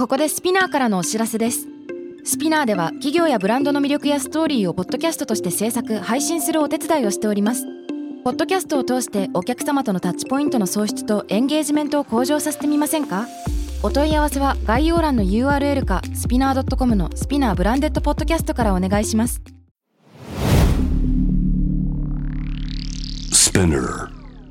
ここでスピナーからのお知らせです。スピナーでは企業やブランドの魅力やストーリーをポッドキャストとして制作・配信するお手伝いをしております。ポッドキャストを通してお客様とのタッチポイントの創出とエンゲージメントを向上させてみませんか？お問い合わせは概要欄の URL かスピナー .com のスピナーブランデッドポッドキャストからお願いします。 スピナー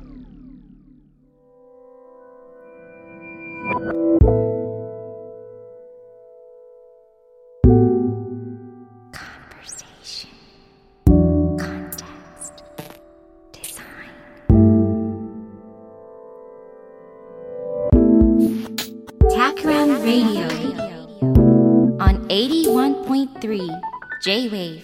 Radio on 81.3 J-Wave。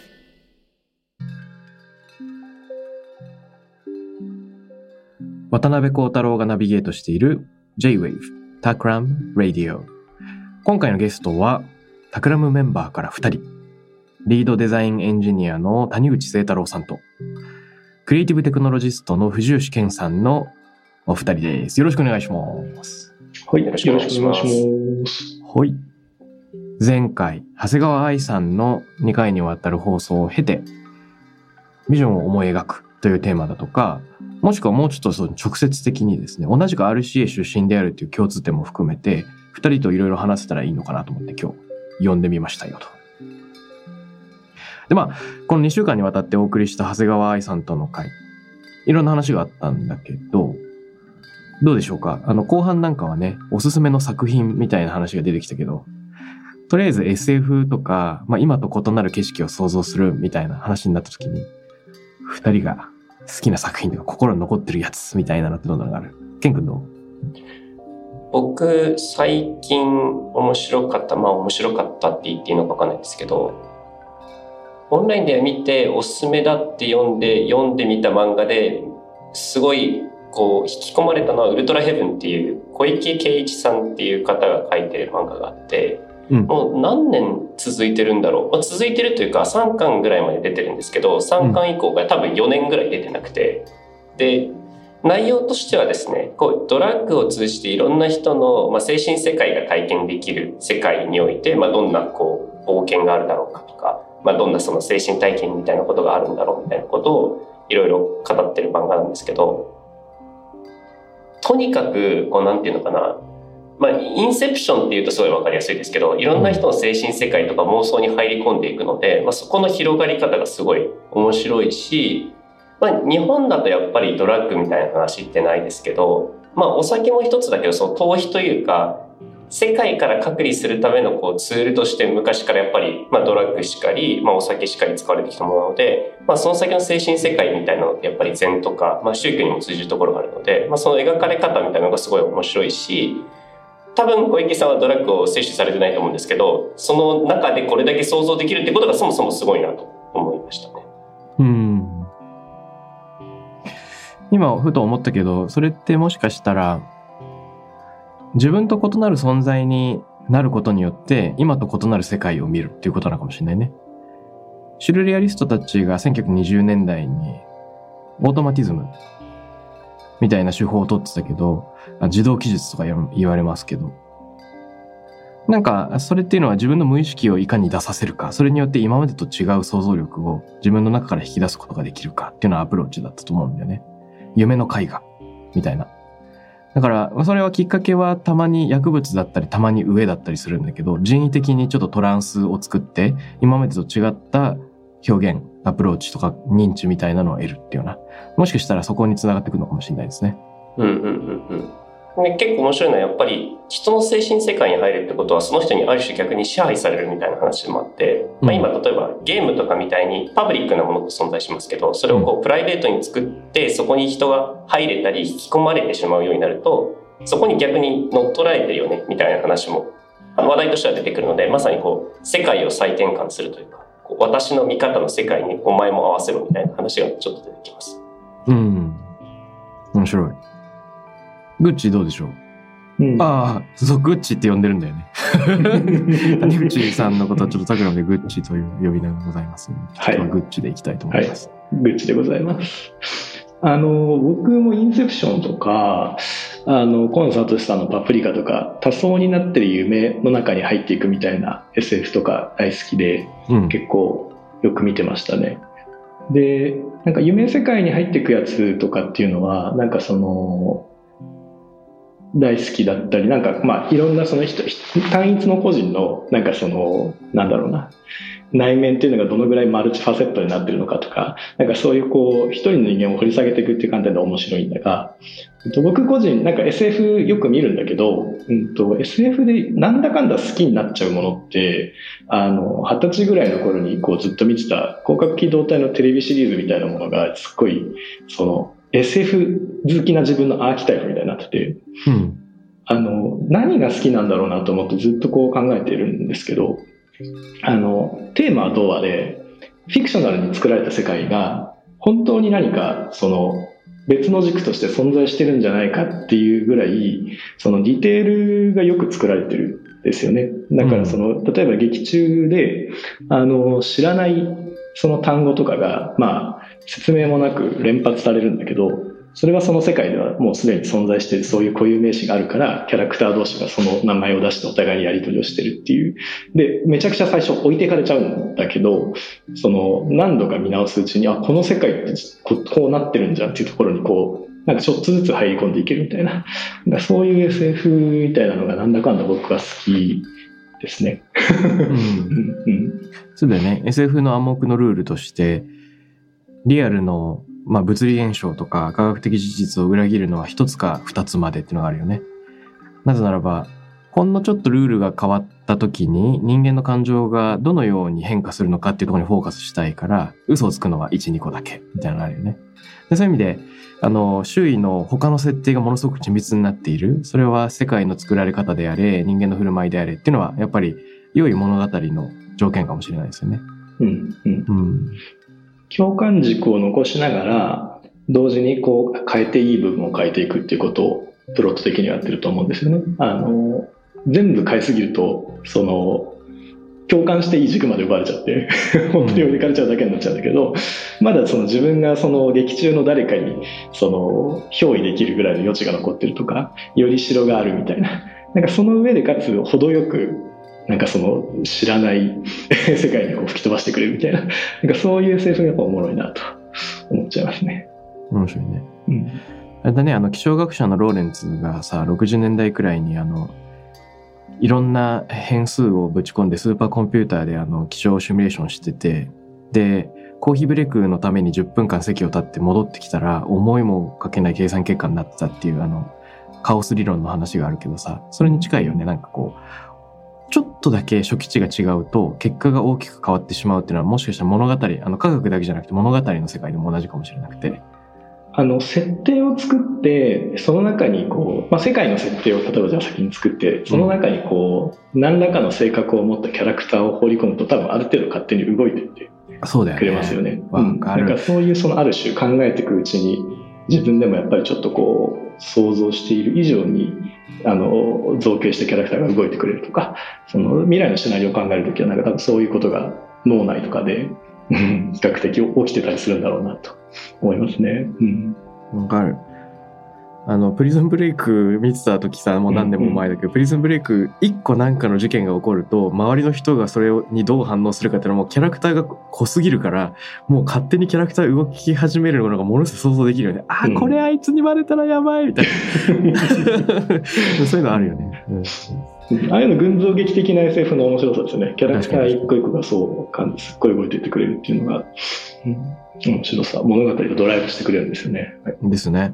渡辺幸太郎がナビゲートしている J-Wave Takram Radio。 今回のゲストはタクラムメンバーから2人、リードデザインエンジニアの谷口清太郎さんとクリエイティブテクノロジストの藤吉健さんのお二人です。よろしくお願いします。 はい、よろしくお願いします。 はい。前回、長谷川愛さんの2回にわたる放送を経て、ビジョンを思い描くというテーマだとか、もしくはもうちょっとその直接的にですね、同じく RCA 出身であるという共通点も含めて、2人といろいろ話せたらいいのかなと思って今日呼んでみましたよと。で、この2週間にわたってお送りした長谷川愛さんとの回、いろんな話があったんだけど、どうでしょうか。後半なんかはね、おすすめの作品みたいな話が出てきたけど、とりあえず SF とか、今と異なる景色を想像するみたいな話になった時に、二人が好きな作品とか心に残ってるやつみたいなのってどんなのがある？ケン君どう？ 僕、最近面白かったって言っていいのか分かんないですけど、オンラインで見ておすすめだって読んでみた漫画ですごい引き込まれたのはウルトラヘブンっていう小池圭一さんっていう方が書いてる漫画があって、もう何年続いてるんだろう、続いてるというか3巻ぐらいまで出てるんですけど、3巻以降が多分4年ぐらい出てなくて、で内容としてはですね、ドラッグを通じていろんな人の、精神世界が体験できる世界において、どんな冒険があるだろうかとか、どんなその精神体験みたいなことがあるんだろうみたいなことをいろいろ語ってる漫画なんですけど、とにかくなんていうのかな、インセプションっていうとすごい分かりやすいですけど、いろんな人の精神世界とか妄想に入り込んでいくので、そこの広がり方がすごい面白いし、日本だとやっぱりドラッグみたいな話ってないですけど、お酒も一つだけど、その逃避というか世界から隔離するためのツールとして昔からやっぱり、ドラッグしかり、お酒しかり使われてきたものなので、その先の精神世界みたいなのってやっぱり禅とか、宗教にも通じるところがあるので、その描かれ方みたいなのがすごい面白いし、多分小池さんはドラッグを摂取されてないと思うんですけど、その中でこれだけ想像できるってことがそもそもすごいなと思いましたね。 今ふと思ったけど、それってもしかしたら自分と異なる存在になることによって今と異なる世界を見るっていうことなのかもしれないね。シュルレアリストたちが1920年代にオートマティズムみたいな手法を取ってたけど、自動記述とか言われますけど、なんかそれっていうのは自分の無意識をいかに出させるか、それによって今までと違う想像力を自分の中から引き出すことができるかっていうのはアプローチだったと思うんだよね。夢の絵画みたいな。だからそれはきっかけはたまに薬物だったりたまに上だったりするんだけど、人為的にちょっとトランスを作って今までと違った表現、アプローチとか認知みたいなのを得るっていうような、もしかしたらそこに繋がってくるのかもしれないですね。 結構面白いのはやっぱり人の精神世界に入るってことはその人にある種逆に支配されるみたいな話もあって、今例えばゲームとかみたいにパブリックなものって存在しますけど、それをプライベートに作ってそこに人が入れたり引き込まれてしまうようになると、そこに逆に乗っ取られてるよねみたいな話も話題としては出てくるので、まさに世界を再転換するというか、私の見方の世界にお前も合わせろみたいな話がちょっと出てきます。 面白い。グッチどうでしょう？そう、グッチって呼んでるんだよね。谷口さんのことはちょっとタクラムでグッチという呼び名がございますので、今日はグッチでいきたいと思います。 グッチでございます。 僕もインセプションとか、河野聡さんのパプリカとか、多層になってる夢の中に入っていくみたいな SF とか大好きで、結構よく見てましたね。で、なんか夢世界に入っていくやつとかっていうのは、なんかその、大好きだったり、なんかまあいろんなその単一の個人のなんかそのなんだろうな、内面っていうのがどのぐらいマルチファセットになってるのかとか、なんかそういうこう一人の人間を掘り下げていくっていう観点で面白いんだが、僕個人なんか SF よく見るんだけど、SF でなんだかんだ好きになっちゃうものって、20歳ぐらいの頃にこうずっと見てた広角機動隊のテレビシリーズみたいなものがすっごいそのSF 好きな自分のアーキタイプみたいになってて、何が好きなんだろうなと思ってずっとこう考えているんですけど、テーマは童話で、フィクショナルに作られた世界が本当に何かその別の軸として存在してるんじゃないかっていうぐらい、そのディテールがよく作られてるんですよね。だからその、例えば劇中で知らないその単語とかがまあ説明もなく連発されるんだけど、それはその世界ではもうすでに存在しているそういう固有名詞があるから、キャラクター同士がその名前を出してお互いにやり取りをしてるっていう。で、めちゃくちゃ最初置いていかれちゃうんだけど、その何度か見直すうちに、この世界ってこうなってるんじゃんっていうところにこう、なんかちょっとずつ入り込んでいけるみたいな。なんかそういう SF みたいなのがなんだかんだ僕は好きですね。 そうだよね。SF の暗黙のルールとして、リアルの物理現象とか科学的事実を裏切るのは一つか二つまでっていうのがあるよね。なぜならば、ほんのちょっとルールが変わった時に人間の感情がどのように変化するのかっていうところにフォーカスしたいから、嘘をつくのは1、2個だけみたいなのがあるよね。で、そういう意味で、周囲の他の設定がものすごく緻密になっている。それは世界の作られ方であれ、人間の振る舞いであれっていうのは、やっぱり良い物語の条件かもしれないですよね。 共感軸を残しながら同時にこう変えていい部分を変えていくっていうことをプロット的にはやってると思うんですよね。全部変えすぎるとその共感していい軸まで奪われちゃって本当に置いてかれちゃうだけになっちゃうんだけど、まだその自分がその劇中の誰かにその憑依できるぐらいの余地が残ってるとか、より代があるみたいな、なんかその上でかつ程よくなんかその知らない世界にこう吹き飛ばしてくれるみたいな、なんかそういう SF がやっぱおもろいなと思っちゃいますね。 面白いね。あれだね、気象学者のローレンツがさ、60年代くらいにいろんな変数をぶち込んでスーパーコンピューターで気象シミュレーションしてて、で、コーヒーブレイクのために10分間席を立って戻ってきたら、思いもかけない計算結果になってたっていうカオス理論の話があるけどさ、それに近いよね。なんかこう、ちょっとだけ初期値が違うと結果が大きく変わってしまうっていうのは、もしかしたら物語、科学だけじゃなくて物語の世界でも同じかもしれなくて。 設定を作って、その中にこう、世界の設定を例えばじゃあ先に作って、その中にこう、何らかの性格を持ったキャラクターを放り込むと多分ある程度勝手に動いていってくれますよね。なんかそういうそのある種考えていくうちに、自分でもやっぱりちょっとこう、想像している以上に、造形したキャラクターが動いてくれるとか、その未来のシナリオを考えるときはなんか多分そういうことが脳内とかで比較的起きてたりするんだろうなと思いますね。 わかる。プリズンブレイク見てた時さ、もう何年も前だけど、プリズンブレイク1個なんかの事件が起こると、周りの人がそれにどう反応するかっていうのはもうキャラクターが濃すぎるから、もう勝手にキャラクター動き始めるのがものすごく想像できるよね。これあいつにバレたらやばいみたいな。そういうのあるよね。 ああいうの群像劇的な SF の面白さですよね。キャラクター一個一個がそうすっごい動いていってくれるっていうのが、面白さ、物語をドライブしてくれるんですよね。 ですね。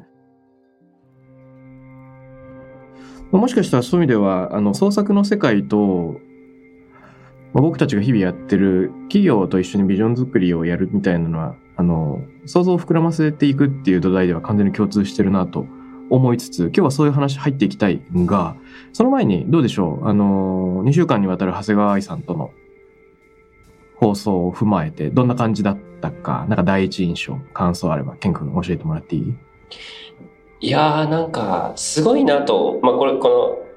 もしかしたらそういう意味では創作の世界と、僕たちが日々やってる企業と一緒にビジョン作りをやるみたいなのは想像を膨らませていくっていう土台では完全に共通してるなと思いつつ、今日はそういう話入っていきたいが、その前にどうでしょう、2週間にわたる長谷川愛さんとの放送を踏まえてどんな感じだったか、なんか第一印象、感想あればケン君教えてもらっていい？ いやーなんかすごいなと、この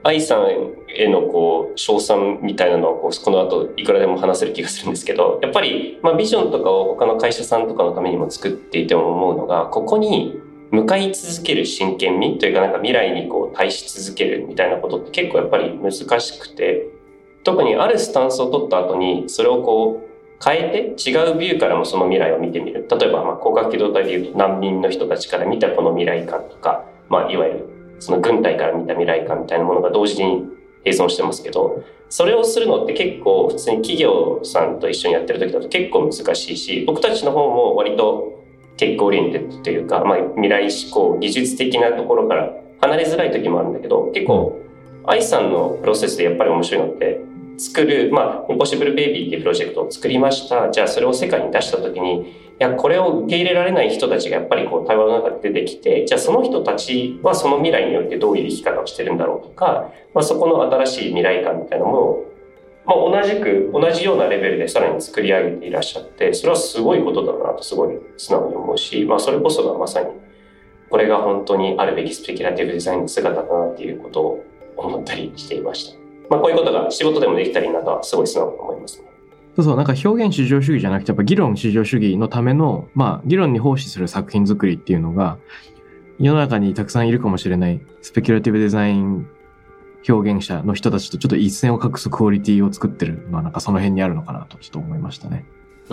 愛さんへのこう称賛みたいなのはこの後いくらでも話せる気がするんですけど、やっぱりビジョンとかを他の会社さんとかのためにも作っていても思うのが、ここに向かい続ける真剣味というか、なんか未来にこう対し続けるみたいなことって結構やっぱり難しくて、特にあるスタンスを取った後にそれをこう変えて違うビューからもその未来を見てみる。例えば光学機動隊でいうと難民の人たちから見たこの未来感とか、いわゆるその軍隊から見た未来感みたいなものが同時に並存してますけど、それをするのって結構普通に企業さんと一緒にやってる時だと結構難しいし、僕たちの方も割とテックオリエンテッドというか、未来志向技術的なところから離れづらい時もあるんだけど、結構愛さんのプロセスでやっぱり面白いのって作る、インポッシブルベイビーっていうプロジェクトを作りました。じゃあそれを世界に出した時に、これを受け入れられない人たちがやっぱりこう対話の中で出てきて、じゃあその人たちはその未来においてどういう生き方をしてるんだろうとか、そこの新しい未来感みたいなものを、同じようなレベルでさらに作り上げていらっしゃって、それはすごいことだなとすごい素直に思うし、それこそがまさにこれが本当にあるべきスペキュラティブデザインの姿だなっていうことを思ったりしていました。こういうことが仕事でもできたらいいなとはすごい素直に思いますね。 そう、なんか表現至上主義じゃなくて、やっぱ議論至上主義のための、議論に奉仕する作品作りっていうのが、世の中にたくさんいるかもしれないスペキュラティブデザイン表現者の人たちとちょっと一線を画すクオリティを作ってるのはなんかその辺にあるのかなとちょっと思いましたね。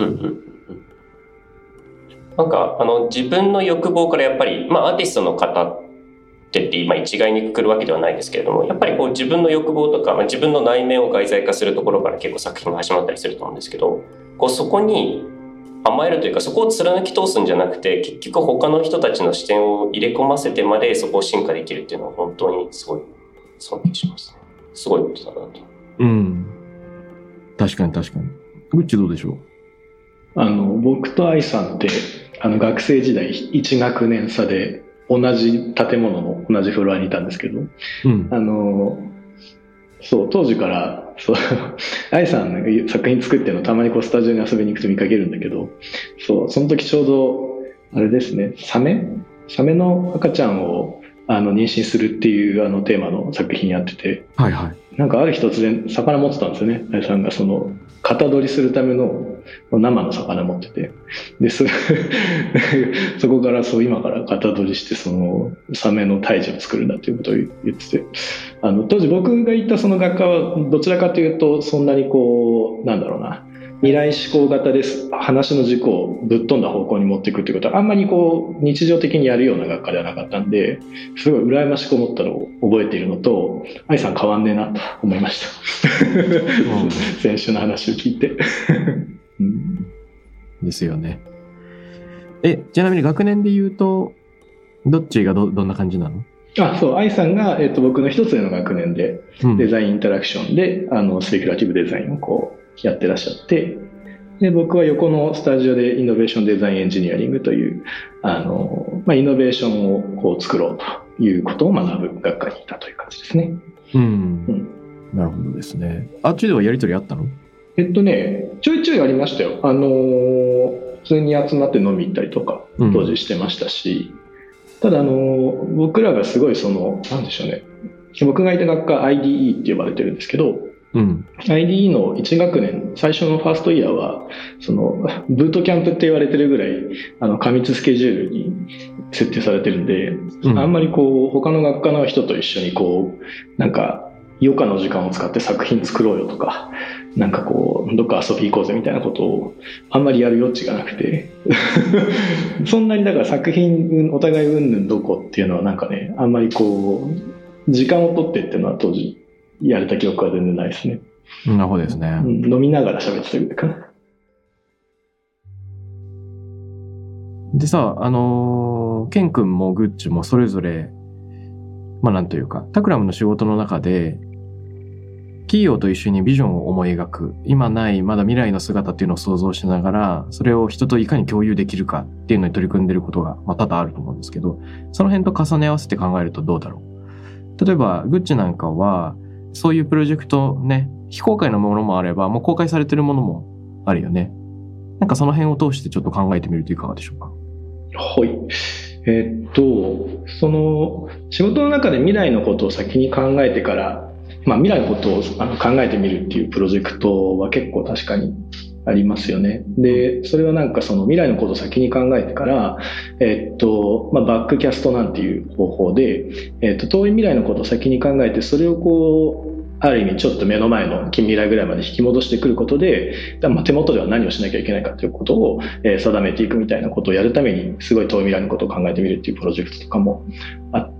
なんか自分の欲望からやっぱり、アーティストの方って今一概にくくるわけではないですけれども、やっぱりこう自分の欲望とか、自分の内面を外在化するところから結構作品が始まったりすると思うんですけど、そこに甘えるというか、そこを貫き通すんじゃなくて、結局他の人たちの視点を入れ込ませてまでそこを進化できるっていうのは本当にすごい尊敬しますね。すごいことだなと。 確かに。グッチどうでしょう？僕と愛さんって学生時代1学年差で同じ建物の同じフロアにいたんですけど、そう当時から愛さんの作品作ってるのたまにスタジオに遊びに行くと見かけるんだけど、その時ちょうどあれですね、サメの赤ちゃんを妊娠するっていうテーマの作品やってて、なんかある日突然魚持ってたんですよね。愛さんが型取りするための生の魚持ってて、でそこから今から型取りしてサメの胎児を作るんだということを言ってて、当時僕が行ったその学科はどちらかというとそんなに未来志向型です。話の軸をぶっ飛んだ方向に持っていくっていうことはあんまり日常的にやるような学科ではなかったんで、すごい羨ましく思ったのを覚えているのと、愛さん変わんねえなと思いました先週の話を聞いてですよね。ちなみに学年で言うとどっちが どんな感じなの？ 愛さんが、僕の一つ上の学年で、デザインインタラクションでスペキュラティブデザインをやってらっしゃって、で僕は横のスタジオでイノベーションデザインエンジニアリングというイノベーションを作ろうということを学ぶ学科にいたという感じですね。 なるほどですね。あっちではやりとりあったの？ ちょいちょいありましたよ。普通に集まって飲み行ったりとか当時してましたし、ただ僕らがすごいなんでしょうね、僕がいた学科 IDE って呼ばれてるんですけど、IDE の1学年最初のファーストイヤーはブートキャンプって言われてるぐらい過密スケジュールに設定されてるんで、あんまり他の学科の人と一緒になんか余暇の時間を使って作品作ろうよとか、なんかどっか遊び行こうぜみたいなことをあんまりやる余地がなくてそんなにだから作品お互いうんぬんどこっていうのはなんかね、あんまり時間を取ってっていうのは当時やれた記憶は全然ないですね。 なるほどですね。 飲みながら喋ってたぐらいかな。 でさ、ケン君もグッチもそれぞれなんというかタクラムの仕事の中で企業と一緒にビジョンを思い描く、今ないまだ未来の姿っていうのを想像しながらそれを人といかに共有できるかっていうのに取り組んでることが多々あると思うんですけど、その辺と重ね合わせて考えるとどうだろう。例えばグッチなんかはそういうプロジェクトね、非公開のものもあればもう公開されてるものもあるよね。なんかその辺を通してちょっと考えてみるといかがでしょうか。 はい。 その仕事の中で未来のことを先に考えてから、未来のことを考えてみるっていうプロジェクトは結構確かにありますよね。で、それはなんかその未来のことを先に考えてから、バックキャストなんていう方法で、遠い未来のことを先に考えて、それをこう、ある意味ちょっと目の前の近未来ぐらいまで引き戻してくることで、手元では何をしなきゃいけないかということを、定めていくみたいなことをやるために、すごい遠い未来のことを考えてみるっていうプロジェクトとかもあって、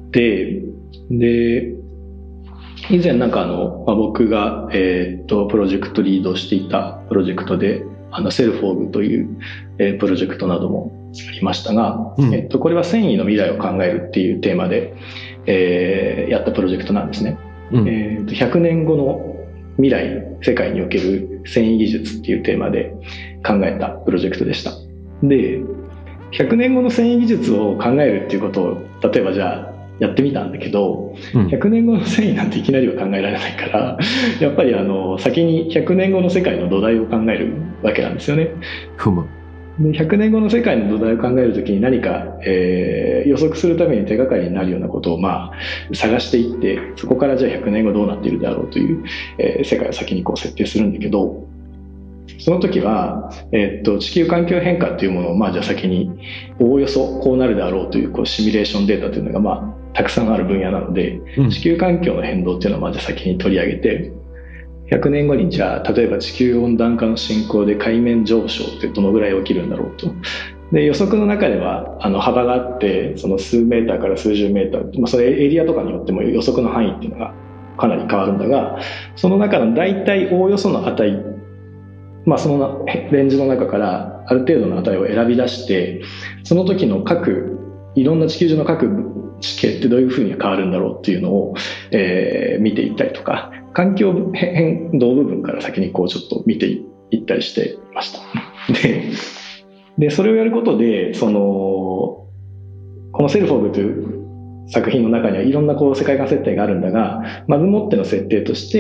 で、以前なんか僕が、プロジェクトリードしていたプロジェクトで、セルフォーグという、プロジェクトなどもありましたが、これは繊維の未来を考えるっていうテーマで、やったプロジェクトなんですね。100年後の未来、世界における繊維技術っていうテーマで考えたプロジェクトでした。で、100年後の繊維技術を考えるっていうことを、例えばじゃあやってみたんだけど、100年後の繊維なんていきなりは考えられないから、やっぱり先に100年後の世界の土台を考えるわけなんですよね。で、100年後の世界の土台を考えるときに何か、予測するために手がかりになるようなことを探していって、そこからじゃあ100年後どうなっているだろうという、世界を先にこう設定するんだけど、その時は、地球環境変化というものをじゃあ先におおよそこうなるだろうという、シミュレーションデータというのがたくさんある分野なので、地球環境の変動っていうのをじゃあ先に取り上げて、100年後にじゃあ例えば地球温暖化の進行で海面上昇ってどのぐらい起きるんだろうと。で、予測の中では幅があって、その数メーターから数十メーター、それエリアとかによっても予測の範囲っていうのがかなり変わるんだが、その中の大体おおよその値、そのレンジの中からある程度の値を選び出して、その時のいろんな地球上の各地形ってどういうふうに変わるんだろうっていうのを、見ていったりとか、環境変動部分から先にちょっと見ていったりしていました。で、それをやることで、このセルフォーグという作品の中にはいろんな世界観設定があるんだが、まずもっての設定として、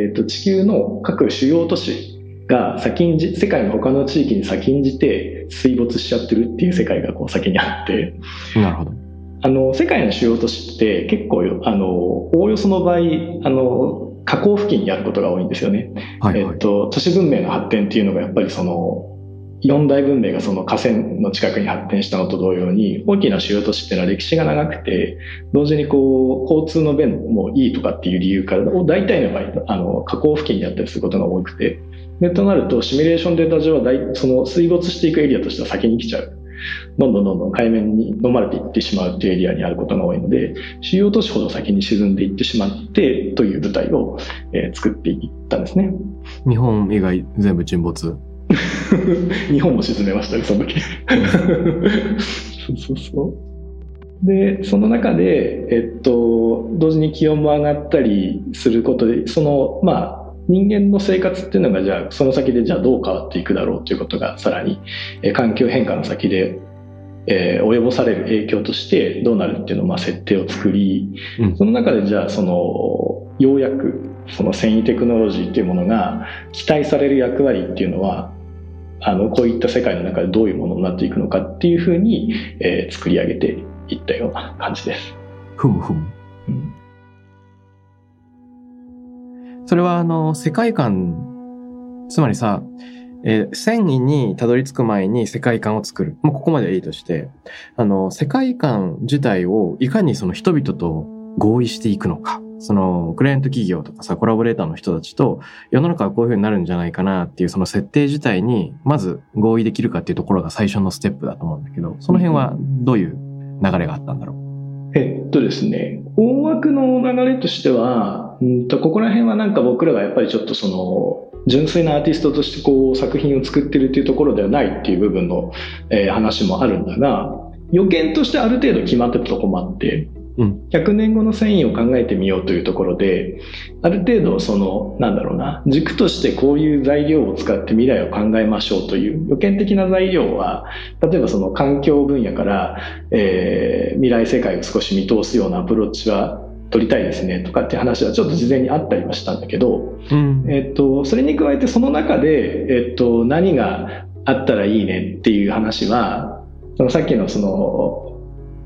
地球の各主要都市が世界の他の地域に先んじて水没しちゃってるっていう世界が先にあって、 なるほど。 世界の主要都市って結構おおよその場合河口付近にあることが多いんですよね。都市文明の発展っていうのがやっぱり四大文明がその河川の近くに発展したのと同様に、大きな主要都市っていうのは歴史が長くて、同時に交通の便もいいとかっていう理由から大体の場合河口付近にあったりすることが多くて、でとなるとシミュレーションデータ上はその水没していくエリアとしては先に来ちゃう。どんどん海面に飲まれていってしまうというエリアにあることが多いので、主要都市ほど先に沈んでいってしまってという舞台を、作っていったんですね。 日本以外全部沈没日本も沈めましたね、その時。そうで、その中で、同時に気温も上がったりすることで、人間の生活っていうのがじゃあその先でじゃあどう変わっていくだろうということがさらに環境変化の先で及ぼされる影響としてどうなるっていうのを設定を作り、その中でじゃあようやくその繊維テクノロジーっていうものが期待される役割っていうのはこういった世界の中でどういうものになっていくのかっていうふうに、作り上げていったような感じです。 それは世界観、つまりさ、繊維にたどり着く前に世界観を作る。ここまではいいとして、世界観自体をいかにその人々と合意していくのか。クライアント企業とかさ、コラボレーターの人たちと世の中はこういう風になるんじゃないかなっていうその設定自体にまず合意できるかっていうところが最初のステップだと思うんだけど、その辺はどういう流れがあったんだろう？ ですね、大枠の流れとしては、ここら辺はなんか僕らがやっぱりちょっと純粋なアーティストとして作品を作ってるっていうところではないっていう部分の、話もあるんだが、予見としてある程度決まってたところもあって、100年後の繊維を考えてみようというところで、ある程度軸としてこういう材料を使って未来を考えましょうという予見的な材料は、例えば環境分野から、未来世界を少し見通すようなアプローチは取りたいですねとかって話はちょっと事前にあったりはしたんだけど、それに加えてその中で、何があったらいいねっていう話は、さっきの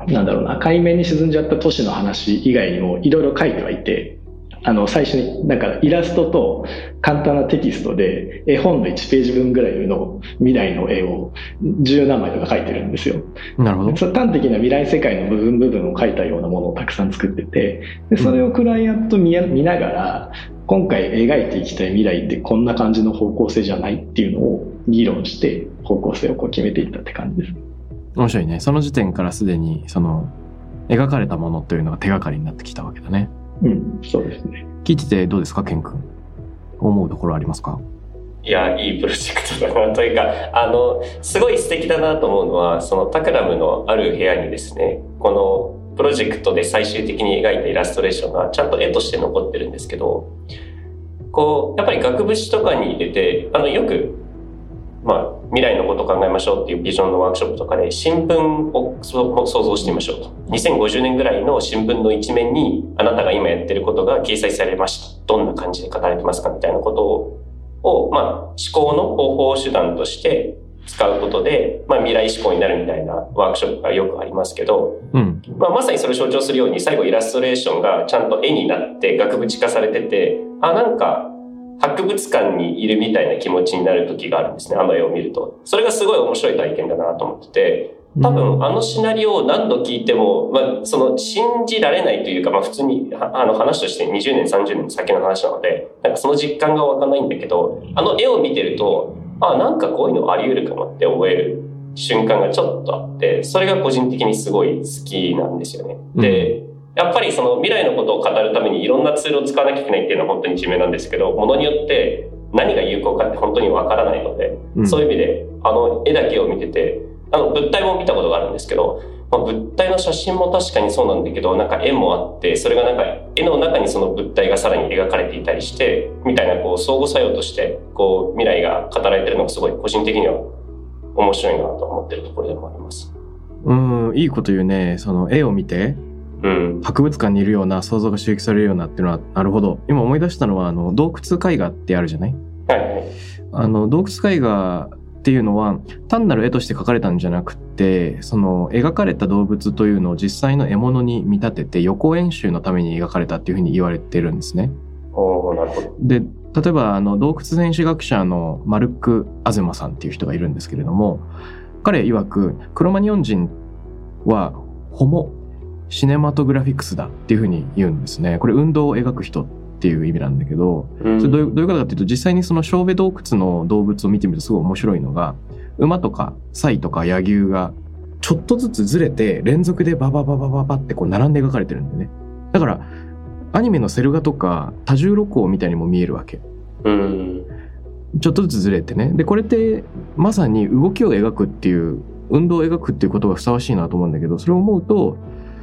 なんだろうな、海面に沈んじゃった都市の話以外にもいろいろ書いてはいて、最初にだからイラストと簡単なテキストで絵本の1ページ分ぐらいの未来の絵を10何枚とか描いてるんですよ。 なるほど。 端的な未来世界の部分を描いたようなものをたくさん作ってて、でそれをクライアント見ながら、今回描いていきたい未来ってこんな感じの方向性じゃないっていうのを議論して方向性をこう決めていったって感じです。 面白いね。その時点からすでにその描かれたものというのが手がかりになってきたわけだね。 うん、そうですね。 聞いててどうですか、ケン君。思うところありますか？ いや、いいプロジェクトだなというか、すごい素敵だなと思うのは、そのタクラムのある部屋にですね、このプロジェクトで最終的に描いたイラストレーションがちゃんと絵として残ってるんですけど、こうやっぱり額縁とかに入れて、よく未来のことを考えましょうっていうビジョンのワークショップとかで新聞を想像してみましょうと。2050年ぐらいの新聞の一面にあなたが今やってることが掲載されました。どんな感じで書かれてますかみたいなことを思考の方法手段として使うことで、未来思考になるみたいなワークショップがよくありますけど、まさにそれを象徴するように最後イラストレーションがちゃんと絵になって額縁化されてて、なんか博物館にいるみたいな気持ちになる時があるんですね。絵を見ると。それがすごい面白い体験だなと思ってて、多分シナリオを何度聞いても、その信じられないというか、普通に話として20年30年先の話なので、なんかその実感が湧かないんだけど、絵を見てると、なんかこういうのあり得るかもって思える瞬間がちょっとあって、それが個人的にすごい好きなんですよね。で、やっぱりその未来のことを語るためにいろんなツールを使わなきゃいけないっていうのは本当に自明なんですけど、ものによって何が有効かって本当にわからないので、そういう意味で絵だけを見てて、物体も見たことがあるんですけど、物体の写真も確かにそうなんだけど、なんか絵もあって、それがなんか絵の中にその物体がさらに描かれていたりして、みたいなこう相互作用としてこう未来が語られてるのがすごい個人的には面白いなと思ってるところでもあります。 いいこと言うね。その絵を見て、博物館にいるような想像が刺激されるようなっていうのは、なるほど。今思い出したのは洞窟絵画ってあるじゃない？洞窟絵画っていうのは単なる絵として描かれたんじゃなくて、その描かれた動物というのを実際の獲物に見立てて予行演習のために描かれたっていうふうに言われてるんですね。 なるほど。 で、例えば洞窟戦士学者のマルク・アゼマさんっていう人がいるんですけれども、彼曰くクロマニオン人はホモシネマトグラフィクスだっていうふうに言うんですね。これ運動を描く人っていう意味なんだけど、それどういうことかっていうと、実際にその小部洞窟の動物を見てみるとすごい面白いのが、馬とかサイとか野牛がちょっとずつずれて連続でババババババってこう並んで描かれてるんだよね。だからアニメのセル画とか多重録音みたいにも見えるわけ。ちょっとずつずれてね。で、これってまさに動きを描くっていう、運動を描くっていうことがふさわしいなと思うんだけど、それを思うと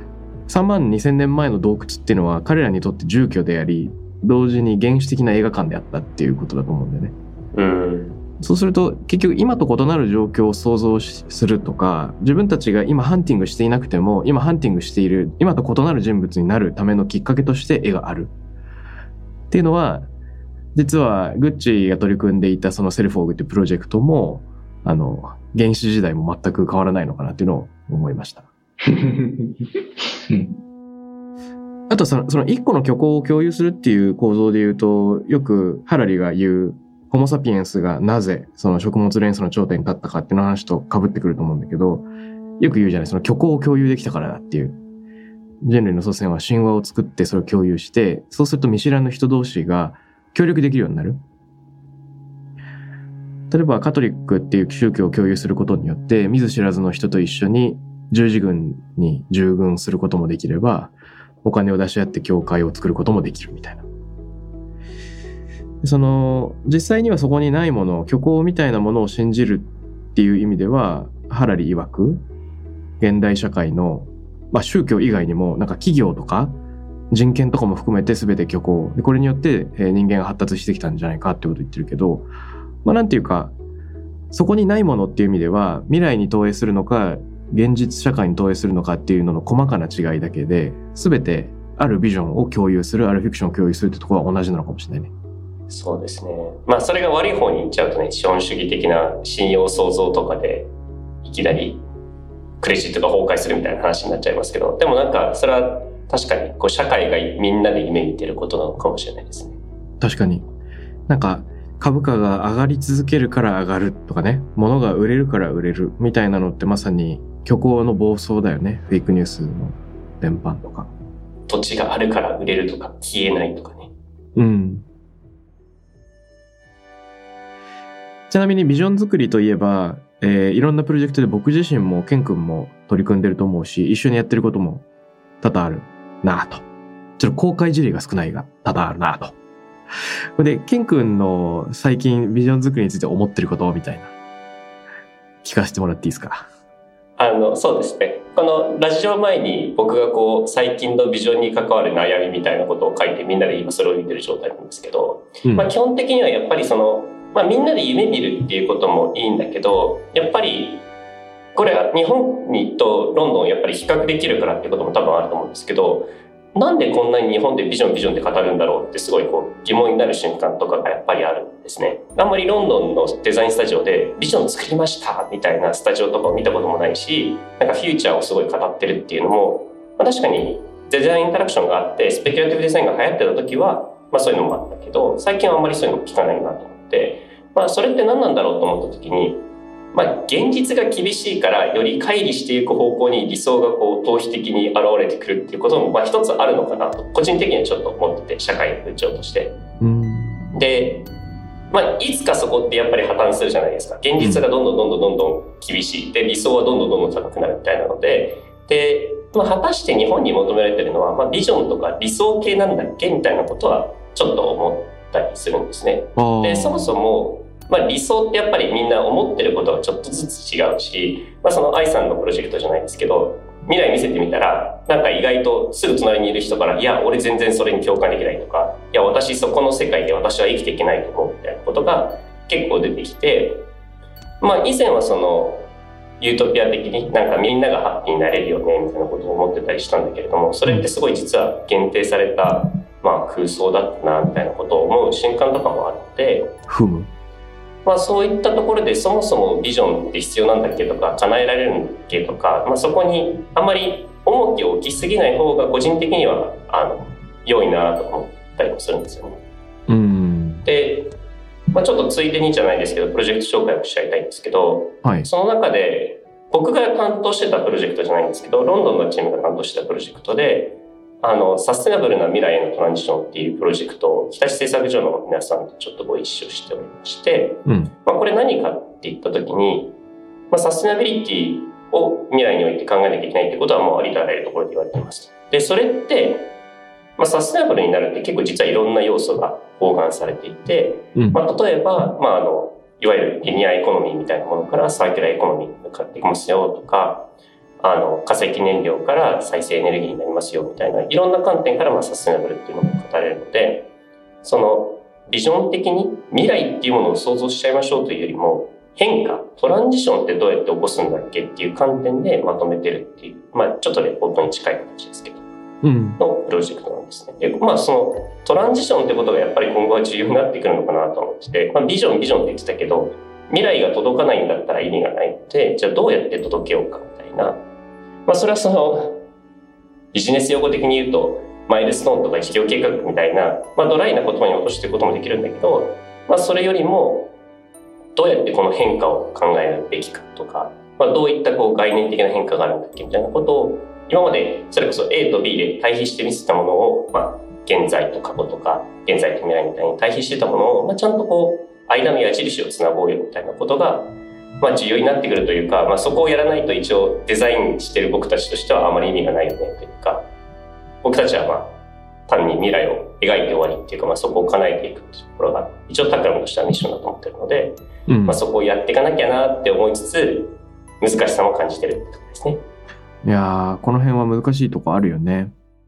3万2000年前の洞窟っていうのは彼らにとって住居であり、同時に原始的な映画館であったっていうことだと思うんだよね。そうすると結局今と異なる状況を想像するとか、自分たちが今ハンティングしていなくても今ハンティングしている今と異なる人物になるためのきっかけとして絵があるっていうのは、実はグッチが取り組んでいたそのセルフォーグっていうプロジェクトも原始時代も全く変わらないのかなっていうのを思いました。あとその一個の虚構を共有するっていう構造で言うと、よくハラリが言うホモサピエンスがなぜその食物連鎖の頂点に立ったかっていう話と被ってくると思うんだけど、よく言うじゃない、その虚構を共有できたからだっていう。人類の祖先は神話を作ってそれを共有して、そうすると見知らぬ人同士が協力できるようになる。例えばカトリックっていう宗教を共有することによって見ず知らずの人と一緒に十字軍に従軍することもできれば、お金を出し合って教会を作ることもできるみたいな。実際にはそこにないもの、虚構みたいなものを信じるっていう意味では、ハラリ曰く現代社会の、宗教以外にもなんか企業とか人権とかも含めて全て虚構で、これによって人間が発達してきたんじゃないかってことを言ってるけど、なんていうか、そこにないものっていう意味では未来に投影するのか現実社会に投影するのかっていうのの細かな違いだけで、全てあるビジョンを共有する、あるフィクションを共有するってところは同じなのかもしれないね。 そうですね。それが悪い方に行っちゃうとね、資本主義的な信用創造とかでいきなりクレジットが崩壊するみたいな話になっちゃいますけど、でもなんかそれは確かにこう社会がみんなで夢見てることなのかもしれないですね。 確かに。なんか株価が上がり続けるから上がるとかね、物が売れるから売れるみたいなのってまさに虚構の暴走だよね。フェイクニュースの伝播とか。 土地があるから売れるとか消えないとかね。 うん。ちなみにビジョン作りといえば、いろんなプロジェクトで僕自身もケン君も取り組んでると思うし、一緒にやってることも多々あるなぁと。ちょっと公開事例が少ないが多々あるなぁと。で、ケン君の最近ビジョン作りについて思ってることみたいな聞かせてもらっていいですか？ そうですね。このラジオ前に僕がこう最近のビジョンに関わる悩みみたいなことを書いてみんなで今それを見てる状態なんですけど、基本的にはやっぱりみんなで夢見るっていうこともいいんだけど、やっぱりこれは日本にとロンドンやっぱり比較できるからっていうことも多分あると思うんですけど、なんでこんなに日本でビジョンって語るんだろうってすごいこう疑問になる瞬間とかがやっぱりあるんですね。あんまりロンドンのデザインスタジオでビジョン作りましたみたいなスタジオとかを見たこともないし、なんかフューチャーをすごい語ってるっていうのも、確かにデザインインタラクションがあってスペキュラティブデザインが流行ってた時は、そういうのもあったけど、最近はあんまりそういうの聞かないなと思って、それって何なんだろうと思った時に、現実が厳しいからより乖離していく方向に理想がこう逃避的に現れてくるっていうことも一つあるのかなと個人的にはちょっと思ってて、社会の風潮として。で、いつかそこってやっぱり破綻するじゃないですか。現実がどんどん厳しいで、理想はどんどん高くなるみたいなので、果たして日本に求められてるのは、ビジョンとか理想系なんだっけみたいなことはちょっと思ったりするんですね。で、そもそも理想ってやっぱりみんな思ってることがちょっとずつ違うし、その愛さんのプロジェクトじゃないですけど、未来見せてみたらなんか意外とすぐ隣にいる人から、いや俺全然それに共感できないとか、いや私そこの世界で私は生きていけないと思うみたいなことが結構出てきて、以前はそのユートピア的になんかみんながハッピーになれるよねみたいなことを思ってたりしたんだけれども、それってすごい実は限定された空想だったなみたいなことを思う瞬間とかもあって、そういったところでそもそもビジョンって必要なんだっけとか叶えられるんだっけとか、そこにあんまり重きを置きすぎない方が個人的には良いなと思ったりもするんですよね。で、ちょっとついでにじゃないですけどプロジェクト紹介をしちゃいたいんですけど、その中で僕が担当してたプロジェクトじゃないんですけど、ロンドンのチームが担当してたプロジェクトでサステナブルな未来へのトランジションっていうプロジェクトを日立製作所の皆さんとちょっとご一緒しておりまして、これ何かって言った時に、サステナビリティを未来において考えなきゃいけないってことはもうありとあらゆるところで言われています。で、それって、サステナブルになるって結構実はいろんな要素が包含されていて、例えば、いわゆるリニアエコノミーみたいなものからサーキュラーエコノミーに向かっていきますよとか、化石燃料から再生エネルギーになりますよみたいないろんな観点からサステナブルっていうのも語れるので、そのビジョン的に未来っていうものを想像しちゃいましょうというよりも、変化トランジションってどうやって起こすんだっけっていう観点でまとめてるっていう、ちょっとレポートに近い形ですけど、のプロジェクトなんですね。で、そのトランジションってことがやっぱり今後は重要になってくるのかなと思ってて、ビジョンって言ってたけど未来が届かないんだったら意味がないので、じゃあどうやって届けようかみたいな、それはそのビジネス用語的に言うとマイルストーンとか事業計画みたいな、ドライな言葉に落としていくこともできるんだけど、それよりもどうやってこの変化を考えるべきかとか、どういった概念的な変化があるんだっけみたいなことを今までそれこそ A と B で対比して見せたものを、現在と過去とか現在と未来みたいに対比してたものを、ちゃんと間の矢印をつなごうよみたいなことが重要になってくるというか、そこをやらないと一応デザインしてる僕たちとしてはあまり意味がないよねというか、僕たちは単に未来を描いて終わりっていうか、そこを叶えていくところが一応タクラムとしてはミッションだと思ってるので、そこをやっていかなきゃなって思いつつ難しさも感じてるってことですね。 いやー、この辺は難しいとこあるよね。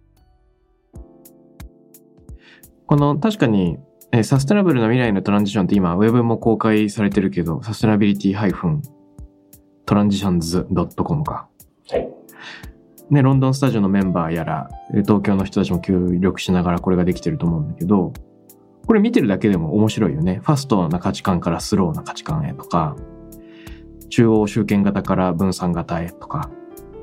確かにサステナブルな未来のトランジションって今ウェブも公開されてるけど、サステナビリティ-transitions.com か。ね、ロンドンスタジオのメンバーやら東京の人たちも協力しながらこれができてると思うんだけど、これ見てるだけでも面白いよね。ファストな価値観からスローな価値観へとか、中央集権型から分散型へとか、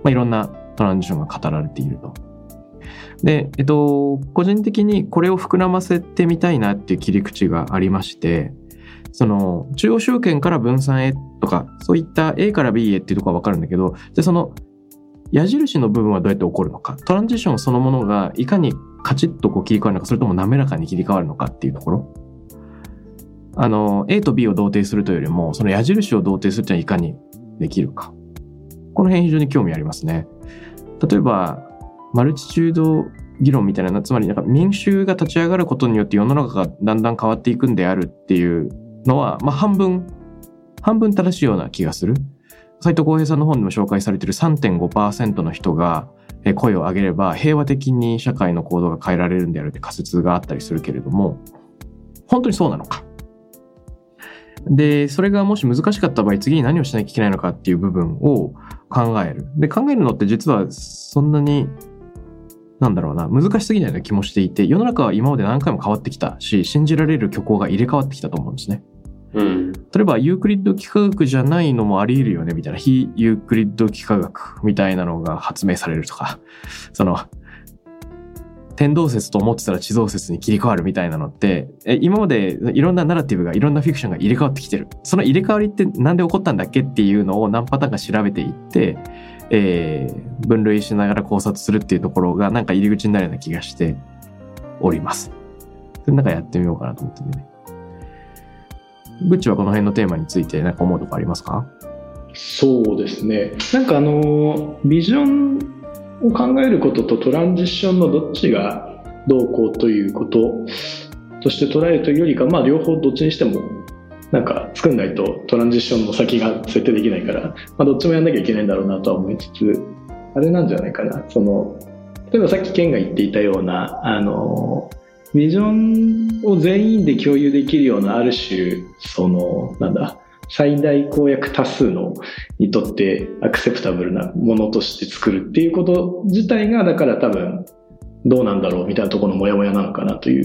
いろんなトランジションが語られていると。で、個人的にこれを膨らませてみたいなっていう切り口がありまして、その中央集権から分散へとか、そういった A から B へっていうところは分かるんだけど、じゃあその矢印の部分はどうやって起こるのか、トランジションそのものがいかにカチッとこう切り替わるのか、それとも滑らかに切り替わるのかっていうところ。A と B を同定するというよりも、その矢印を同定するというのはいかにできるか。この辺非常に興味ありますね。例えば、マルチチュード議論みたいな、つまりなんか民衆が立ち上がることによって世の中がだんだん変わっていくんであるっていうのは、半分正しいような気がする。斉藤浩平さんの本でも紹介されている 3.5% の人が声を上げれば平和的に社会の行動が変えられるんであるって仮説があったりするけれども、本当にそうなのか。で、それがもし難しかった場合、次に何をしなきゃいけないのかっていう部分を考える。で、考えるのって実はそんなに難しすぎないような気もしていて、世の中は今まで何回も変わってきたし、信じられる虚構が入れ替わってきたと思うんですね。例えばユークリッド幾何学じゃないのもあり得るよねみたいな、非ユークリッド幾何学みたいなのが発明されるとか、その天動説と思ってたら地動説に切り替わるみたいなのって、今までいろんなナラティブが、いろんなフィクションが入れ替わってきてる。その入れ替わりってなんで起こったんだっけっていうのを何パターンか調べていって、分類しながら考察するっていうところがなんか入り口になるような気がしております。それなんかやってみようかなと思ってね。グッチはこの辺のテーマについて何か思うとこありますか？ そうですね。なんかビジョンを考えることとトランジションのどっちがどうこうということとして捉えるというよりか、両方どっちにしてもなんか作んないとトランジションの先が設定できないから、どっちもやんなきゃいけないんだろうなとは思いつつ、あれなんじゃないかな。例えばさっきケンが言っていたようなビジョンを全員で共有できるような、ある種最大公約多数のにとってアクセプタブルなものとして作るっていうこと自体が、だから多分どうなんだろうみたいなところのモヤモヤなのかなという、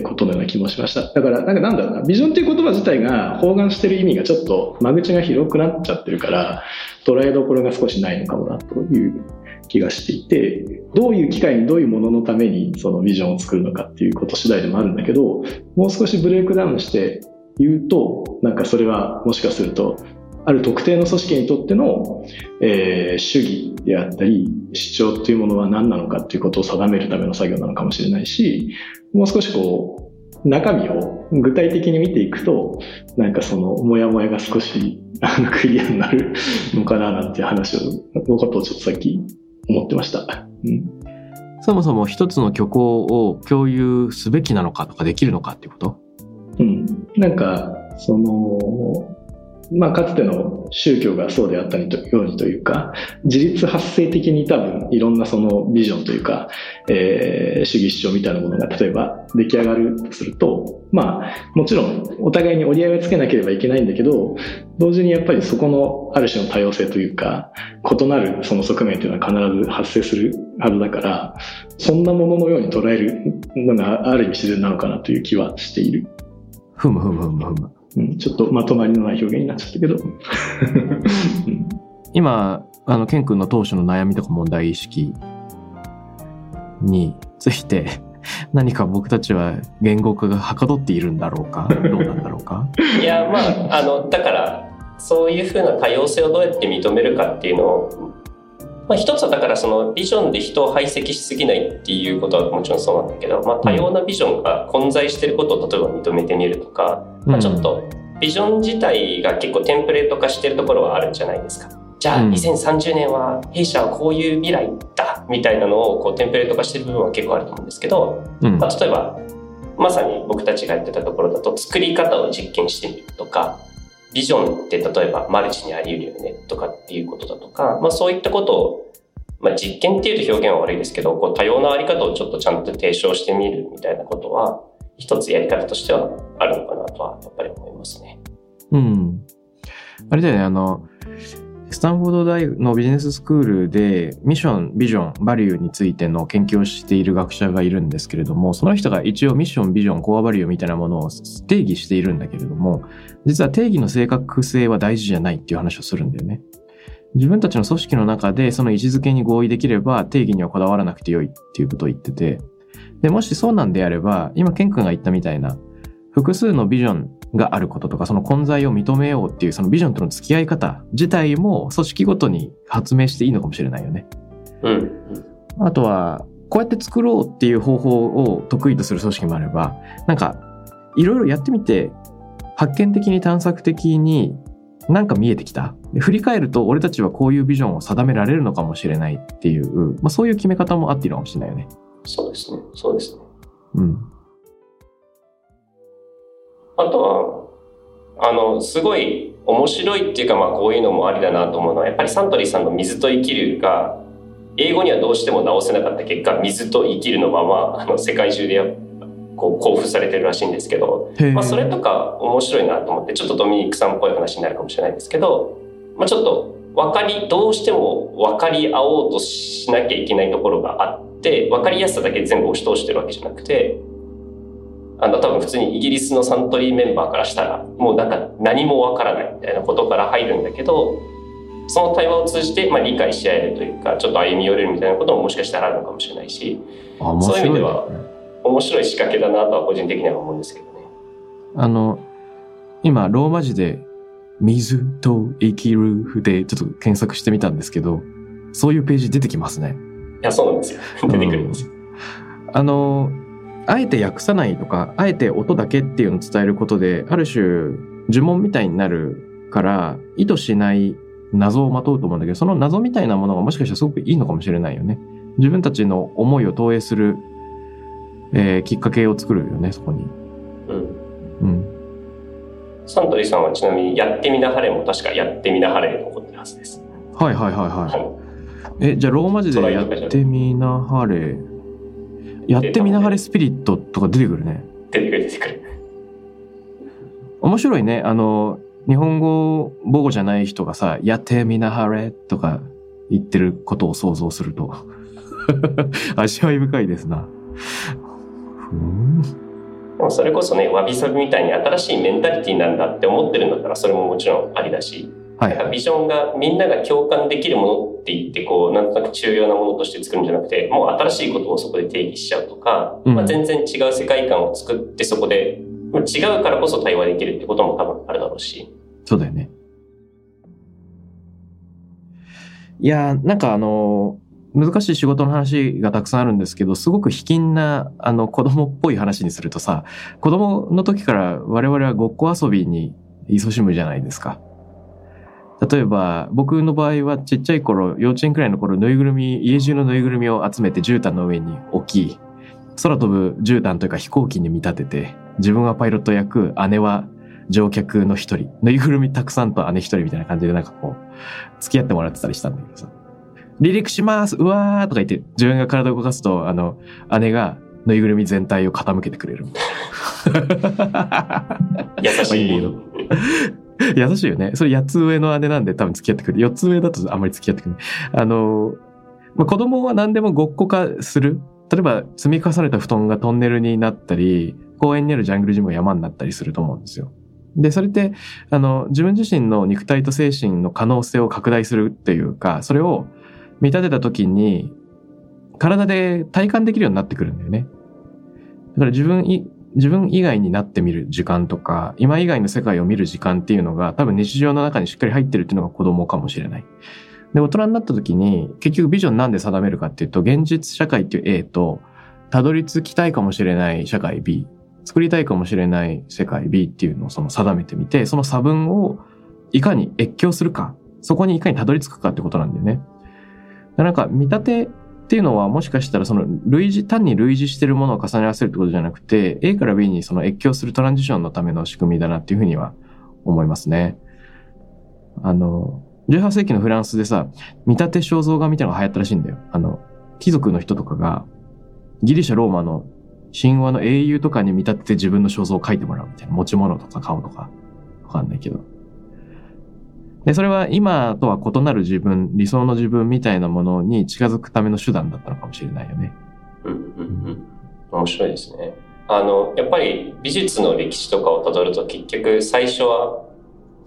ことのような気もしました。だからなんだろうな、ビジョンっていう言葉自体が包含してる意味がちょっと間口が広くなっちゃってるから、捉えどころが少しないのかもなという気がしていて、どういう機会にどういうもののためにそのビジョンを作るのかっていうこと次第でもあるんだけど、もう少しブレイクダウンして言うと、なんかそれはもしかするとある特定の組織にとっての、主義であったり主張というものは何なのかっていうことを定めるための作業なのかもしれないし、もう少し中身を具体的に見ていくと、なんかそのモヤモヤが少しクリアになるのかななんていう話のことをちょっとさっき思ってました。 そもそも一つの虚構を共有すべきなのかとかできるのかっていうこと？ なんかかつての宗教がそうであったようにというか、自律発生的に多分いろんなそのビジョンというか、主義主張みたいなものが例えば出来上がるとすると、もちろんお互いに折り合いをつけなければいけないんだけど、同時にやっぱりそこのある種の多様性というか、異なるその側面というのは必ず発生するはずだから、そんなもののように捉えるのがある意味自然なのかなという気はしている。 ふむ。 ちょっとまとまりのない表現になっちゃったけど今ケン君の当初の悩みとか問題意識について何か僕たちは言語化がはかどっているんだろうか、どうなんだろうか。 いやだからそういうふうな多様性をどうやって認めるかっていうのを、一つはだからそのビジョンで人を排斥しすぎないっていうことはもちろんそうなんだけど、多様なビジョンが混在していることを例えば認めてみるとか、ちょっとビジョン自体が結構テンプレート化しているところはあるんじゃないですか。じゃあ2030年は弊社はこういう未来だみたいなのをテンプレート化している部分は結構あると思うんですけど、例えばまさに僕たちがやってたところだと作り方を実験してみるとか、ビジョンって例えばマルチにあり得るよねとかっていうことだとか、そういったことを、実験っていうと表現は悪いですけど、多様なあり方をちょっとちゃんと提唱してみるみたいなことは一つやり方としてはあるのかなとはやっぱり思いますね。 あれだよね、スタンフォード大学のビジネススクールでミッション、ビジョン、バリューについての研究をしている学者がいるんですけれども、その人が一応ミッション、ビジョン、コアバリューみたいなものを定義しているんだけれども、実は定義の正確性は大事じゃないっていう話をするんだよね。 自分たちの組織の中でその位置づけに合意できれば定義にはこだわらなくてよいっていうことを言ってて、でもしそうなんであれば、今ケン君が言ったみたいな複数のビジョンがあることとか、その混在を認めようっていうそのビジョンとの付き合い方自体も組織ごとに発明していいのかもしれないよね。あとはこうやって作ろうっていう方法を得意とする組織もあれば、なんかいろいろやってみて発見的に探索的になんか見えてきた。振り返ると俺たちはこういうビジョンを定められるのかもしれないっていう、そういう決め方もあっていいのかもしれないよね。 そうですね。そうですね。あとは、すごい面白いっていうか、こういうのもありだなと思うのは、やっぱりサントリーさんの水と生きるが、英語にはどうしても直せなかった結果、水と生きるのまま、世界中で交付されてるらしいんですけど、それとか面白いなと思って、ちょっとドミニックさんっぽい話になるかもしれないですけど、ちょっとどうしても分かり合おうとしなきゃいけないところがあって、分かりやすさだけ全部押し通してるわけじゃなくて、多分普通にイギリスのサントリーメンバーからしたら、もうなんか何も分からないみたいなことから入るんだけど、その対話を通じて理解し合えるというか、ちょっと歩み寄れるみたいなことももしかしたらあるのかもしれないし、そういう意味では面白い仕掛けだなとは個人的には思うんですけどね。 今ローマ字で水と生きるでちょっと検索してみたんですけど、そういうページ出てきますね。 いや、そうなんですよ。出てくるんですよ。 あえて訳さないとか、あえて音だけっていうのを伝えることで、ある種呪文みたいになるから、意図しない謎をまとうと思うんだけど、その謎みたいなものがもしかしたらすごくいいのかもしれないよね。自分たちの思いを投影する、きっかけを作るよね、そこに。 サントリーさんはちなみにやってみなはれも確かやってみなはれで残ってるはずです。 はい。じゃあローマ字でやってみなはれ、やってみなはれスピリットとか出てくるね。 出てくる。 面白いね。日本語母語じゃない人がさ、やってみなはれとか言ってることを想像すると味わい深いですな。 でもそれこそね、わびさびみたいに新しいメンタリティなんだって思ってるんだったら、それももちろんありだし、ビジョンがみんなが共感できるものって言ってなんとなく重要なものとして作るんじゃなくて、もう新しいことをそこで定義しちゃうとか、全然違う世界観を作ってそこで違うからこそ対話できるってことも多分あるだろうし。 そうだよね。いやー、なんか難しい仕事の話がたくさんあるんですけど、すごく卑近な子供っぽい話にするとさ、子供の時から我々はごっこ遊びに勤しむじゃないですか。例えば僕の場合はちっちゃい頃、幼稚園くらいの頃、家中のぬいぐるみを集めて絨毯の上に置き、空飛ぶ絨毯というか飛行機に見立てて、自分はパイロット役、姉は乗客の一人、ぬいぐるみたくさんと姉一人みたいな感じで付き合ってもらってたりしたんだけどさ、離陸しますうわーとか言って自分が体を動かすと、姉がぬいぐるみ全体を傾けてくれるみたいな。 優しい。 優しいよね。それ8つ上の姉なんで多分付き合ってくる。4つ上だとあんまり付き合ってくる。子供は何でもごっこ化する。例えば積み重ねた布団がトンネルになったり、公園にあるジャングルジムが山になったりすると思うんですよ。で、それって、自分自身の肉体と精神の可能性を拡大するっていうか、それを見立てた時に、体で体感できるようになってくるんだよね。だから自分以外になってみる時間とか、今以外の世界を見る時間っていうのが多分日常の中にしっかり入ってるっていうのが子供かもしれない。で、大人になった時に、結局ビジョンなんで定めるかっていうと、現実社会っていう A と、たどり着きたいかもしれない社会 B、作りたいかもしれない世界 B っていうのを定めてみて、その差分をいかに越境するか、そこにいかにたどり着くかってことなんだよね。なんか見立てっていうのはもしかしたら単に類似してるものを重ね合わせるってことじゃなくて、A から B に越境するトランジションのための仕組みだなっていうふうには思いますね。18世紀のフランスでさ、見立て肖像画みたいなのが流行ったらしいんだよ。貴族の人とかがギリシャローマの神話の英雄とかに見立てて自分の肖像を描いてもらうみたいな。持ち物とか顔とかわかんないけど。で、それは今とは異なる自分、理想の自分みたいなものに近づくための手段だったのかもしれないよね。 面白いですね。やっぱり美術の歴史とかをたどると結局最初は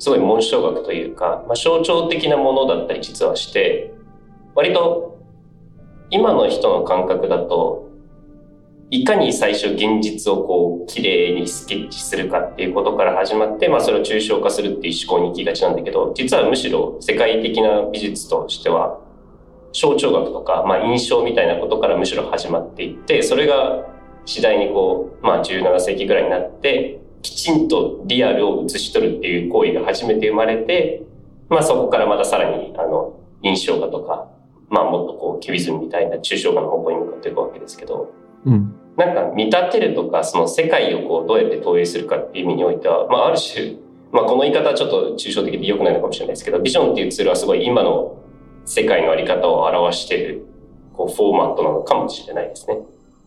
すごい紋章学というか、象徴的なものだったり実はして、割と今の人の感覚だと、いかに最初現実をこう綺麗にスケッチするかっていうことから始まって、それを抽象化するっていう思考に行きがちなんだけど、実はむしろ世界的な美術としては象徴学とか、印象みたいなことからむしろ始まっていって、それが次第にこう、17世紀ぐらいになってきちんとリアルを写し取るっていう行為が初めて生まれて、そこからまたさらに印象画とか、もっとこうキュビズムみたいな抽象画の方向に向かっていくわけですけど、なんか見立てるとか、その世界をこうどうやって投影するかっていう意味においては、ある種、この言い方はちょっと抽象的で良くないのかもしれないですけど、ビジョンっていうツールはすごい今の世界のあり方を表しているこうフォーマットなのかもしれないですね。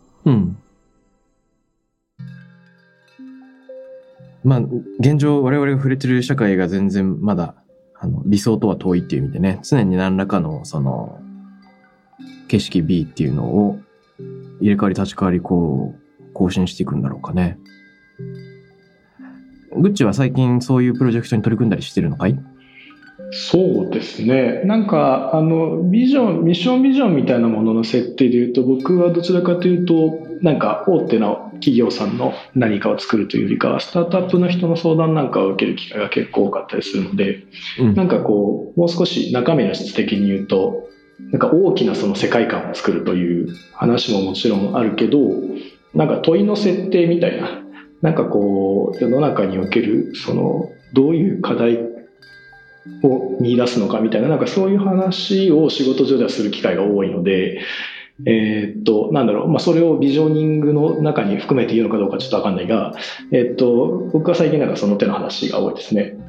現状我々が触れてる社会が全然まだ理想とは遠いっていう意味でね、常に何らかのその景色 B っていうのを入れ替わり立ち替わりこう更新していくんだろうかね。グッチは最近そういうプロジェクトに取り組んだりしてるのかい？ そうですね。なんかミッションビジョンみたいなものの設定でいうと、僕はどちらかというとなんか大手の企業さんの何かを作るというよりかは、スタートアップの人の相談なんかを受ける機会が結構多かったりするので、なんかこうもう少し中身の質的に言うと、なんか大きなその世界観を作るという話ももちろんあるけど、なんか問いの設定みたいな、なんかこう世の中におけるそのどういう課題を見出すのかみたいな、なんかそういう話を仕事上ではする機会が多いので、なんだろう、それをビジョニングの中に含めていいのかどうかちょっとわかんないが、僕は最近なんかその手の話が多いですね。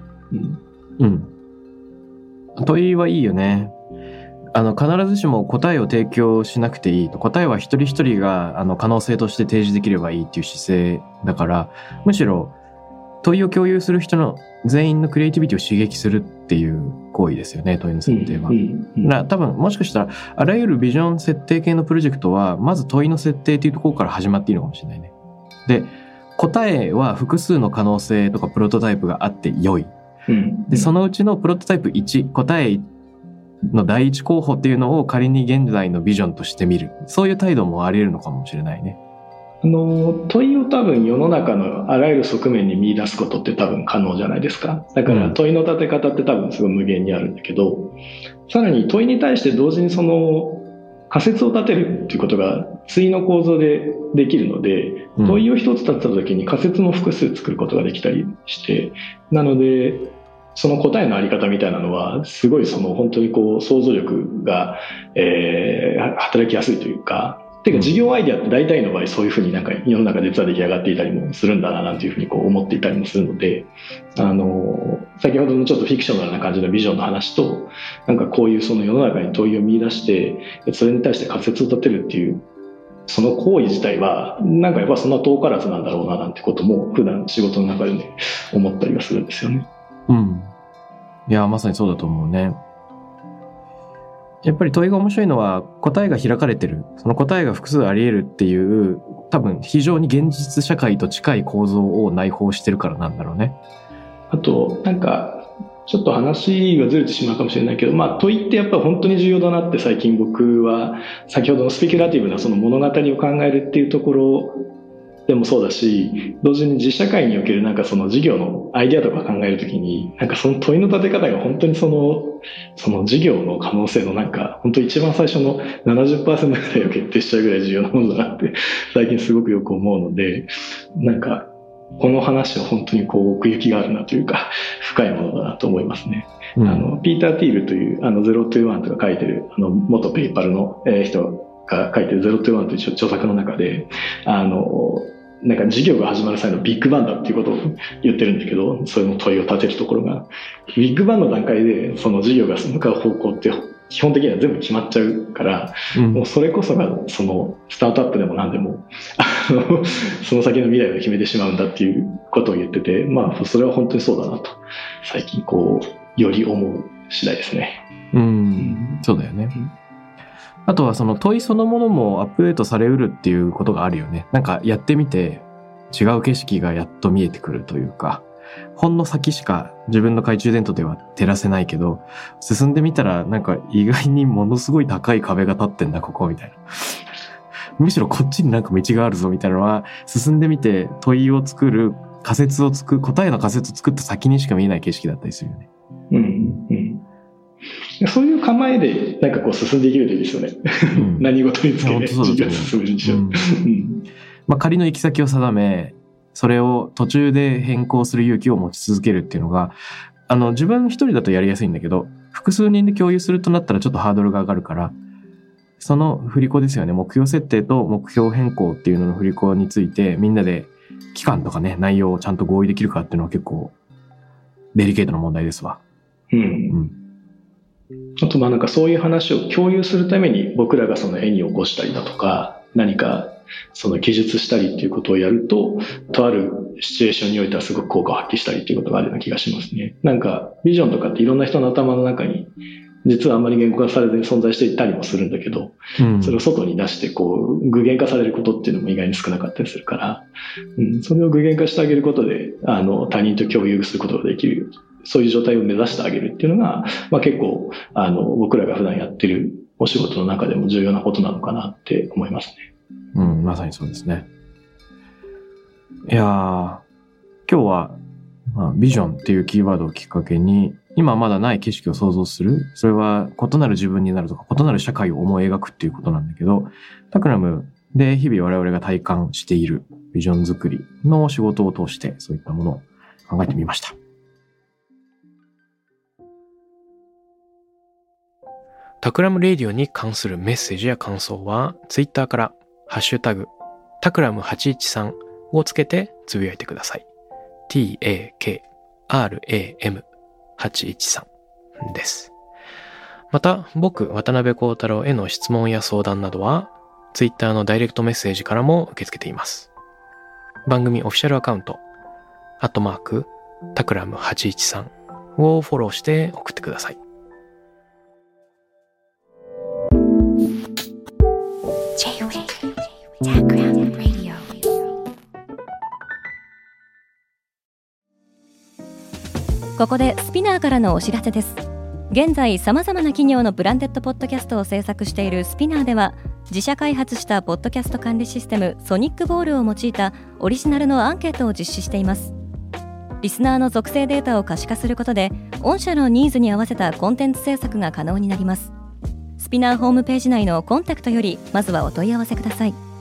問いはいいよね。必ずしも答えを提供しなくていいと。答えは一人一人が可能性として提示できればいいっていう姿勢だから、むしろ問いを共有する人の全員のクリエイティビティを刺激するっていう行為ですよね、問いの設定は。多分もしかしたらあらゆるビジョン設定系のプロジェクトはまず問いの設定というところから始まっていいのかもしれないね。で、答えは複数の可能性とかプロトタイプがあって良い。で、そのうちのプロトタイプ1、答えの第一候補っていうのを仮に現在のビジョンとして見る。そういう態度もあり得るのかもしれないね。 問いを多分世の中のあらゆる側面に見出すことって多分可能じゃないですか。だから問いの立て方って多分すごい無限にあるんだけど、さらに問いに対して同時にその仮説を立てるっていうことが対の構造でできるので、問いを一つ立てた時に仮説も複数作ることができたりして、なのでその答えのあり方みたいなのはすごいその本当にこう想像力が、働きやすいというか、てか事業アイデアって大体の場合そういうふうになんか世の中で実は出来上がっていたりもするんだななんていうふうにこう思っていたりもするので、先ほどのちょっとフィクショナルな感じのビジョンの話と、なんかこういうその世の中に問いを見出してそれに対して仮説を立てるっていうその行為自体はなんかやっぱそんな遠からずなんだろうななんてことも普段仕事の中でね思ったりはするんですよね。 いやまさにそうだと思うね。やっぱり問いが面白いのは答えが開かれてる、その答えが複数あり得るっていう多分非常に現実社会と近い構造を内包してるからなんだろうね。 あとなんかちょっと話がずれてしまうかもしれないけど、問いってやっぱり本当に重要だなって最近僕は先ほどのスペキュラティブなその物語を考えるっていうところでもそうだし、同時に実社会におけるなんかその事業のアイデアとか考えるときになんかその問いの立て方が本当にその事業の可能性のなんか本当一番最初の 70% ぐらいを決定しちゃうぐらい重要なものだなって最近すごくよく思うので、なんかこの話は本当にこう奥行きがあるなというか深いものだなと思いますね。ピーター・ティールという0 to 1とか書いてる元ペイパルの人が書いてる0 to 1という著作の中でなんか事業が始まる際のビッグバンだっていうことを言ってるんだけど、それの問いを立てるところがビッグバンの段階でその事業が向かう方向って基本的には全部決まっちゃうから、もうそれこそがそのスタートアップでも何でもその先の未来を決めてしまうんだっていうことを言ってて、それは本当にそうだなと最近こうより思う次第ですね。 そうだよね。あとはその問いそのものもアップデートされうるっていうことがあるよね。なんかやってみて違う景色がやっと見えてくるというか、 ほんの先しか自分の懐中電灯では照らせないけど、進んでみたらなんか意外にものすごい高い壁が立ってんだここみたいな。むしろこっちになんか道があるぞみたいなのは、進んでみて問いを作る、答えの仮説を作った先にしか見えない景色だったりするよね。 そういう構えでなんかこう進んでいけるといいですよね。何事につけて授業進めるんでしょう。 仮の行き先を定め、それを途中で変更する勇気を持ち続けるっていうのが、自分一人だとやりやすいんだけど、複数人で共有するとなったらちょっとハードルが上がるから、その振り子ですよね。目標設定と目標変更っていうのの振り子について、みんなで期間とかね、内容をちゃんと合意できるかっていうのは結構デリケートな問題ですわ。 あとなんかそういう話を共有するために僕らがその絵に起こしたりだとか、何かその記述したりっていうことをやると、とあるシチュエーションにおいてはすごく効果を発揮したりっていうことがあるような気がしますね。なんかビジョンとかっていろんな人の頭の中に実はあんまり言語化されずに存在していたりもするんだけど、それを外に出してこう具現化されることっていうのも意外に少なかったりするから、それを具現化してあげることで他人と共有することができる、そういう状態を目指してあげるっていうのが、結構僕らが普段やってるお仕事の中でも重要なことなのかなって思いますね。 まさにそうですね。いやー、今日は、ビジョンっていうキーワードをきっかけに、今まだない景色を想像する。それは異なる自分になるとか、異なる社会を思い描くっていうことなんだけど、タクラムで日々我々が体感しているビジョン作りの仕事を通して、そういったものを考えてみました。タクラムレディオに関するメッセージや感想は、ツイッターからハッシュタグタクラム813をつけてつぶやいてください。TAKRAM813 です。また、僕、渡辺幸太郎への質問や相談などは、ツイッターのダイレクトメッセージからも受け付けています。番組オフィシャルアカウント、@タクラム813をフォローして送ってください。 ここでスピナーからのお知らせです。現在様々な企業のブランデッドポッドキャストを制作しているスピナーでは、自社開発したポッドキャスト管理システムソニックボールを用いたオリジナルのアンケートを実施しています。リスナーの属性データを可視化することで、御社のニーズに合わせたコンテンツ制作が可能になります。スピナーホームページ内のコンタクトよりまずはお問い合わせください。